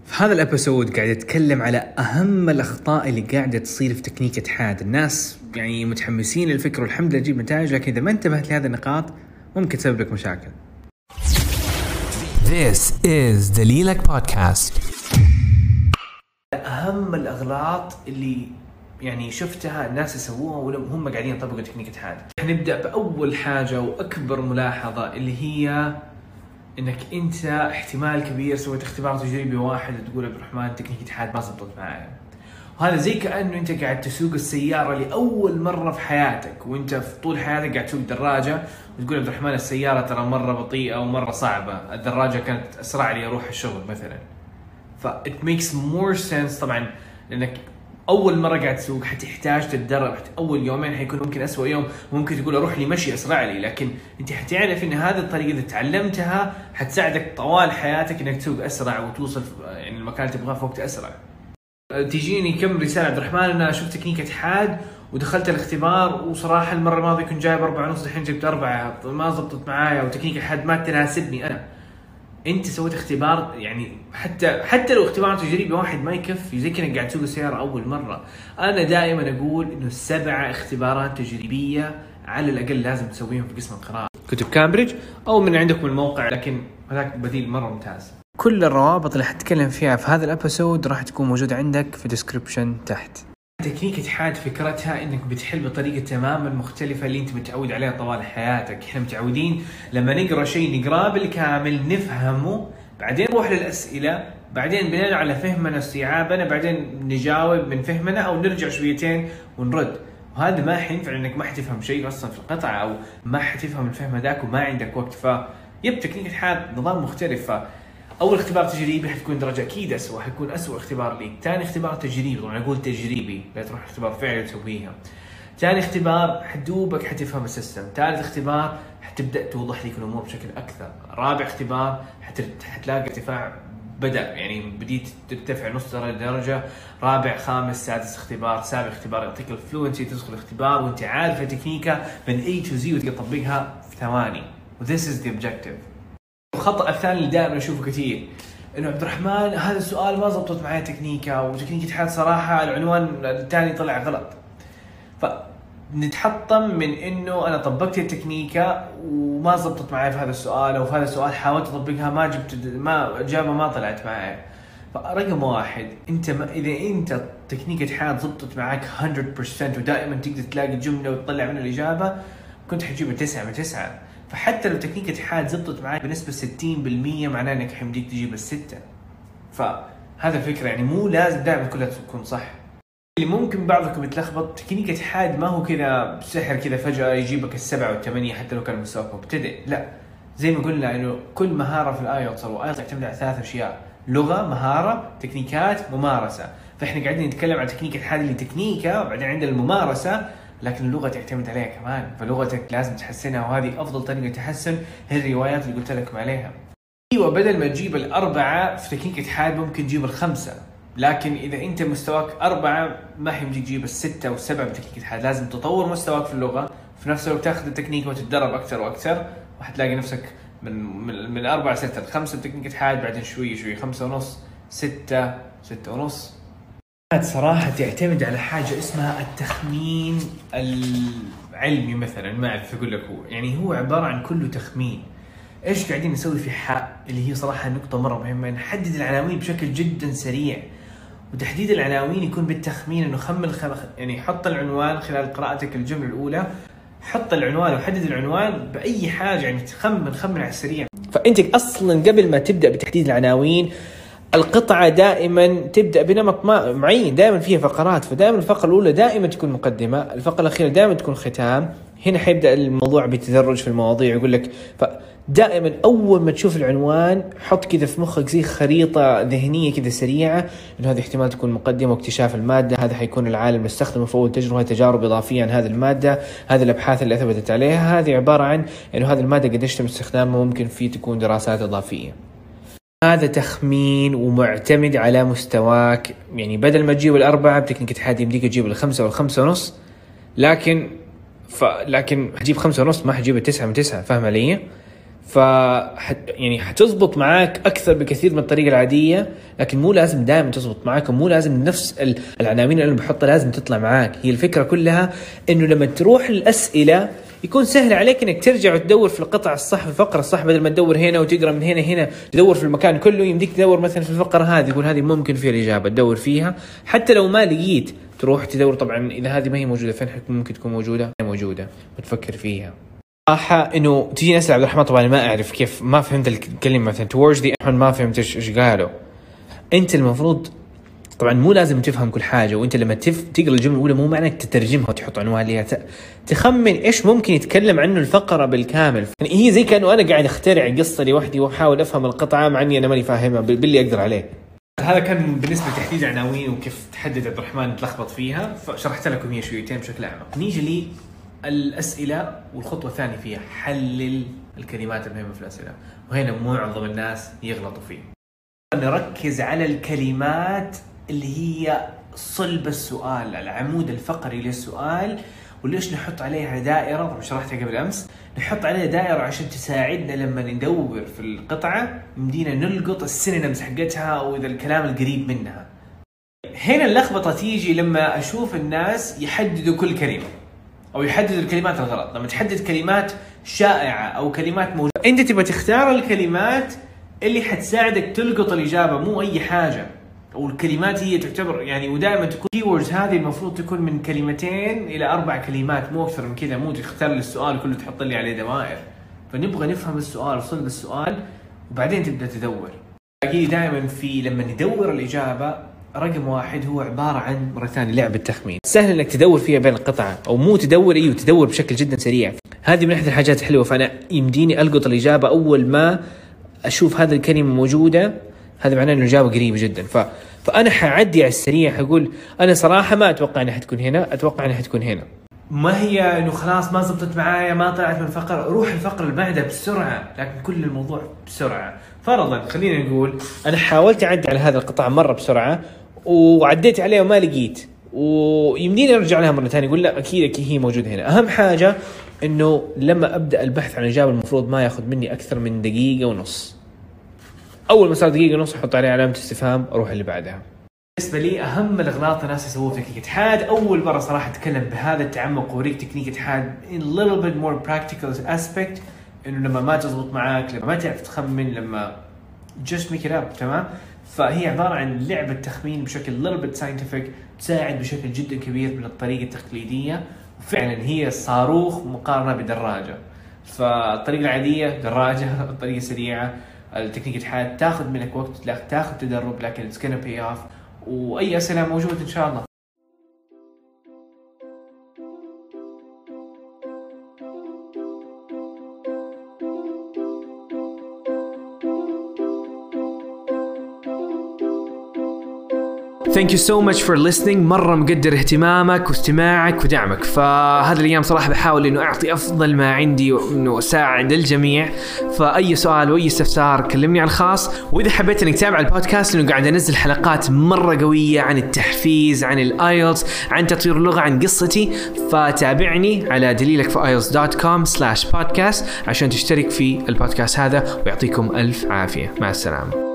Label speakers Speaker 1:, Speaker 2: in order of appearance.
Speaker 1: في هذا الابيسود قاعد اتكلم على اهم الاخطاء اللي قاعده تصير في تكنيك اتحاد. الناس يعني متحمسين للفكره والحمد لله تجيب نتائج، لكن اذا ما انتبهت لهذه النقاط ممكن تسبب لك مشاكل.
Speaker 2: This is دليلك بودكاست.
Speaker 1: اهم الاغلاط اللي يعني شفتها الناس يسووها وهم قاعدين يطبقوا تكنيك اتحاد. نبدا باول حاجه واكبر ملاحظه اللي هي انك انت احتمال كبير سويت اختبار تجريبي واحد وتقول عبد الرحمن تكنيك اتحاد ما زبطت معايا. وهذا زي كأنه انت قاعد تسوق السيارة لأول مرة في حياتك، وانت في طول حياتك قاعد تسوق دراجة وتقول عبد الرحمن السيارة ترى مرة بطيئة ومرة صعبة، الدراجة كانت اسرع لي اروح الشغل مثلا. it makes more sense طبعا لانك اول مره قاعد تسوق حتحتاج تتدرب، اول يومين حيكون ممكن اسوأ يوم، ممكن تقول اروح لي مشي اسرع لي، لكن انت حتعرف ان هذه الطريقه اذا تعلمتها حتساعدك طوال حياتك انك تسوق اسرع وتوصل يعني المكان اللي تبغاه في وقت اسرع. تجيني كم رساله عبد الرحمن انا شفت تكنيك اتحاد ودخلت الاختبار وصراحه المره الماضيه كنت جايب 4.5 الحين جبت 4 ما زبطت معايا وتكنيك اتحاد ما تناسبني انا. انت سويت اختبار، يعني حتى لو اختبار تجريبي واحد ما يكفي، زي كأنك قاعد تسوق السياره اول مره. انا دائما اقول انه 7 اختبارات تجريبيه على الاقل لازم تسويهم في قسم القراءه، كتب كامبريدج او من عندكم الموقع، لكن هذاك بديل مره ممتاز. كل الروابط اللي حتكلم فيها في هذا الابيسود راح تكون موجوده عندك في الديسكربشن تحت. تكنيك اتحاد فكرتها انك بتحل بطريقه تماما مختلفه اللي انت متعود عليها طوال حياتك. احنا متعودين لما نقرا شيء نقراه بالكامل نفهمه، بعدين نروح للاسئله، بعدين بناء على فهمنا استيعابنا بعدين نجاوب من فهمنا او نرجع شويتين ونرد. وهذا ما حينفع انك ما حتفهم شيء اصلا في القطعه او ما حتفهم الفهم ذاك وما عندك وقت. تكنيك اتحاد نظام مختلف. اول اختبار تجريبي حتكون درجه اكيد اسوء، حيكون اسوء اختبار ليك. ثاني اختبار تجريبي، طبعا اقول تجريبي لا تروح اختبار فعلي تسويها. ثاني اختبار حدوبك حتفهم السيستم. ثالث اختبار حتبدا توضح لك الامور بشكل اكثر. رابع اختبار حتلاقي ارتفاع بدا، يعني بديت ترتفع نص درجه. رابع خامس سادس اختبار سابع اختبار يعطيك الفلوينسي، تدخل اختبار وانت عارف التكنيكه من A to Z وتطبقها في ثواني. وthis is the objective. الخطأ الثاني اللي دائما اشوفه كثير انه عبد الرحمن هذا السؤال ما زبطت معي تكنيكه، وتكنيك اتحاد صراحه العنوان الثاني طلع غلط. فنتحطم من انه انا طبقت التكنيكه وما زبطت معي في هذا السؤال، او في هذا السؤال حاولت اطبقها ما اجابه ما طلعت معي. فرقم واحد، اذا انت تكنيك اتحاد زبطت معك 100% ودائما تقدر تلاقي جمله وتطلع منها الاجابه، كنت حتجيب 9 من 9. فحتى لو تكنيك اتحاد زبطت معك بنسبة 60% معناه انك حمديك تجيب 6. فهذا الفكرة، يعني مو لازم دائما كلها تكون صح. اللي ممكن بعضكم يتلخبط، تكنيك اتحاد ما هو كذا سحر كذا فجأة يجيبك 7 و8 حتى لو كان مستواك مبتدئ، لا. زي ما قلنا انه كل مهارة في الايلتس والايلتس تعتمد على 3 اشياء: لغة، مهارة، تكنيكات، ممارسة. فاحنا قاعدين نتكلم عن تكنيك اتحاد اللي تكنيكة، وبعدين عندنا الممارسة، لكن اللغة تعتمد عليها كمان، فلغتك لازم تحسنها، وهذه أفضل طريقة تحسن هي الروايات اللي قلت لكم عليها. أيوة، بدل ما تجيب 4 في تكنيك اتحاد ممكن تجيب 5، لكن إذا أنت مستواك 4 ما حيمديك تجيب 6 و7 بتكنيك اتحاد. لازم تطور مستواك في اللغة، في نفس الوقت تاخذ التكنيك وتتدرب أكثر وأكثر، وحتلاقي نفسك من 4 6 5 بتكنيك اتحاد، بعدين شوي 5.5 6.5. صراحة تعتمد على حاجة اسمها التخمين العلمي. مثلا ما أعرف أقول لك، هو عبارة عن كله تخمين. إيش قاعدين نسوي في حق اللي هي صراحة نقطة مرة مهمة، نحدد العناوين بشكل جدا سريع. وتحديد العناوين يكون بالتخمين، إنه يعني حط العنوان خلال قراءتك الجملة الأولى، حط العنوان وحدد العنوان بأي حاجة، يعني خمن على السريع. فأنت أصلا قبل ما تبدأ بتحديد العناوين، القطعة دائما تبدأ بنمط معين، دائما فيها فقرات. فدائما الفقرة الأولى دائما تكون مقدمة، الفقرة الأخيرة دائما تكون ختام. هنا حيبدأ الموضوع بتدرج في المواضيع، يقول لك فدائما أول ما تشوف العنوان حط كذا في مخك زي خريطة ذهنية كذا سريعة، إنه هذه احتمال تكون مقدمة واكتشاف المادة، هذا حيكون العالم استخدمه في أول تجربة، تجارب إضافية عن هذه المادة، هذه الأبحاث اللي أثبتت عليها، هذه عبارة عن إنه هذه المادة قديش تم استخدامها، ممكن فيه تكون دراسات إضافية. هذا تخمين ومعتمد على مستواك، يعني بدل ما تجيب 4 بتكنيك اتحاد يمديك تجيب 5 و5.5، لكن هتجيب 5.5 ما حتجيب 9 من 9. فاهم علي؟ يعني حتزبط معاك أكثر بكثير من الطريقة العادية، لكن مو لازم دائما تزبط معاك، ومو لازم نفس العناوين اللي بحطها لازم تطلع معاك. هي الفكرة كلها إنه لما تروح الأسئلة يكون سهل عليك إنك ترجع وتدور في القطعة الصح، في الفقرة الصح، بدل ما تدور هنا وتقرأ من هنا تدور في المكان كله. يمديك تدور مثلا في الفقرة هذه، يقول هذه ممكن فيها الإجابة، تدور فيها حتى لو ما لقيت تروح تدور. طبعا إذا هذه ما هي موجودة فين ممكن تكون موجودة وتفكر فيها. إنه تيجي نسأل عبد الرحمن طبعا ما أعرف كيف، ما فهمت الكلمة مثلا towards the end، ما فهمت إيش قالوا. أنت المفروض طبعا مو لازم تفهم كل حاجة، وأنت لما تقرأ الجملة الأولى مو معنى تترجمها وتحط عنوان ليها، تخمن إيش ممكن يتكلم عنه الفقرة بالكامل. يعني هي زي كأنه أنا قاعد أخترع قصة لوحدي وأحاول أفهم القطعة مع إني أنا ماني فاهمها باللي أقدر عليه. هذا كان بالنسبة لتحديد عناوين وكيف تحدد عبد الرحمن تلخبط فيها، فشرحت لكم هي شويتين بشكل أعمق. نيجي لي الأسئلة، والخطوة الثانية فيها حلل الكلمات المهمة في الأسئلة، وهنا معظم الناس يغلطوا فيه. نركز على الكلمات اللي هي صلب السؤال، العمود الفقري للسؤال. وليش نحط عليها دائرة؟ طبعا شرحتها قبل أمس. نحط عليها دائرة عشان تساعدنا لما ندور في القطعة يمدينا نلقط السينونيمز حقتها أو إذا الكلام القريب منها. هنا اللخبطة تيجي لما أشوف الناس يحددوا كل كلمة أو يحددوا الكلمات الغلط. لما تحدد كلمات شائعة أو كلمات موجودة، أنت تبغى تختار الكلمات اللي حتساعدك تلقط الإجابة، مو أي حاجة. والكلمات هي تعتبر يعني ودائما تكون keywords، هذه المفروض تكون من 2 إلى 4 كلمات، مو أكثر من كذا. مو تختار السؤال كله تحط لي عليه دوائر. فنبغى نفهم السؤال، صلب السؤال، وبعدين تبدأ تدور. أكيد دائما لما ندور الإجابة رقم 1 هو عبارة عن مرة ثانية لعبة تخمين. سهل انك تدور فيها بين القطعة، او مو تدور تدور بشكل جدا سريع. هذه من احد الحاجات الحلوة. فانا يمديني القط الإجابة اول ما اشوف هذه الكلمة موجودة، هذا معناه انه الإجابة قريبة جدا. فانا حعدي على السريع، حقول انا صراحة ما اتوقع انها حتكون هنا، اتوقع انها حتكون هنا. ما هي انه خلاص ما زبطت معايا، ما طلعت من الفقرة، روح الفقرة اللي بعدها بسرعة، لكن كل الموضوع بسرعة. فرضا خلينا نقول انا حاولت اعدي على هذه القطعة مرة بسرعة وعديت عليها وما لقيت، ويمديني ارجع لها مرة ثانية اقول لا اكيد هي موجودة هنا. اهم حاجة انه لما ابدا البحث عن الاجابة المفروض ما ياخذ مني اكثر من 1.5 دقيقة. اول ما صار 1.5 دقيقة احط عليه علامة استفهام، اروح اللي بعدها. بالنسبة لي أهم الأغلاط الناس يسووها في تكنيك إتحاد، أول مرة صراحة أتكلم بهذا التعمق ووريك تكنيك إتحاد in a little bit more practical aspect، إنه لما ما تزبط معاك، لما ما تعرف تخمن، لما just make it up، تمام؟ فهي عبارة عن لعبة تخمين بشكل little bit scientific، تساعد بشكل جدا كبير من الطريقة التقليدية، وفعلا هي صاروخ مقارنة بدراجة. فالطريقة العادية دراجة، الطريقة السريعة التكنيك إتحاد تاخذ منك وقت، تاخذ تدرب، لكن it's gonna pay off. وأي أسئلة موجود إن شاء الله.
Speaker 2: Thank you so much for listening. مرة مقدر اهتمامك واستماعك ودعمك. فهذه الأيام صراحة بحاول إنه أعطي أفضل ما عندي وإنه أساعد الجميع. فأي سؤال وأي استفسار كلمني على الخاص. وإذا حبيت إنك تتابع البودكاست لأنه قاعد أنزل حلقات مرة قوية عن التحفيز، عن الآيلتس، عن تطوير اللغة، عن قصتي، فتابعني على dalilakfoielts.com/podcast عشان تشترك في البودكاست هذا. ويعطيكم ألف عافية. مع السلامة.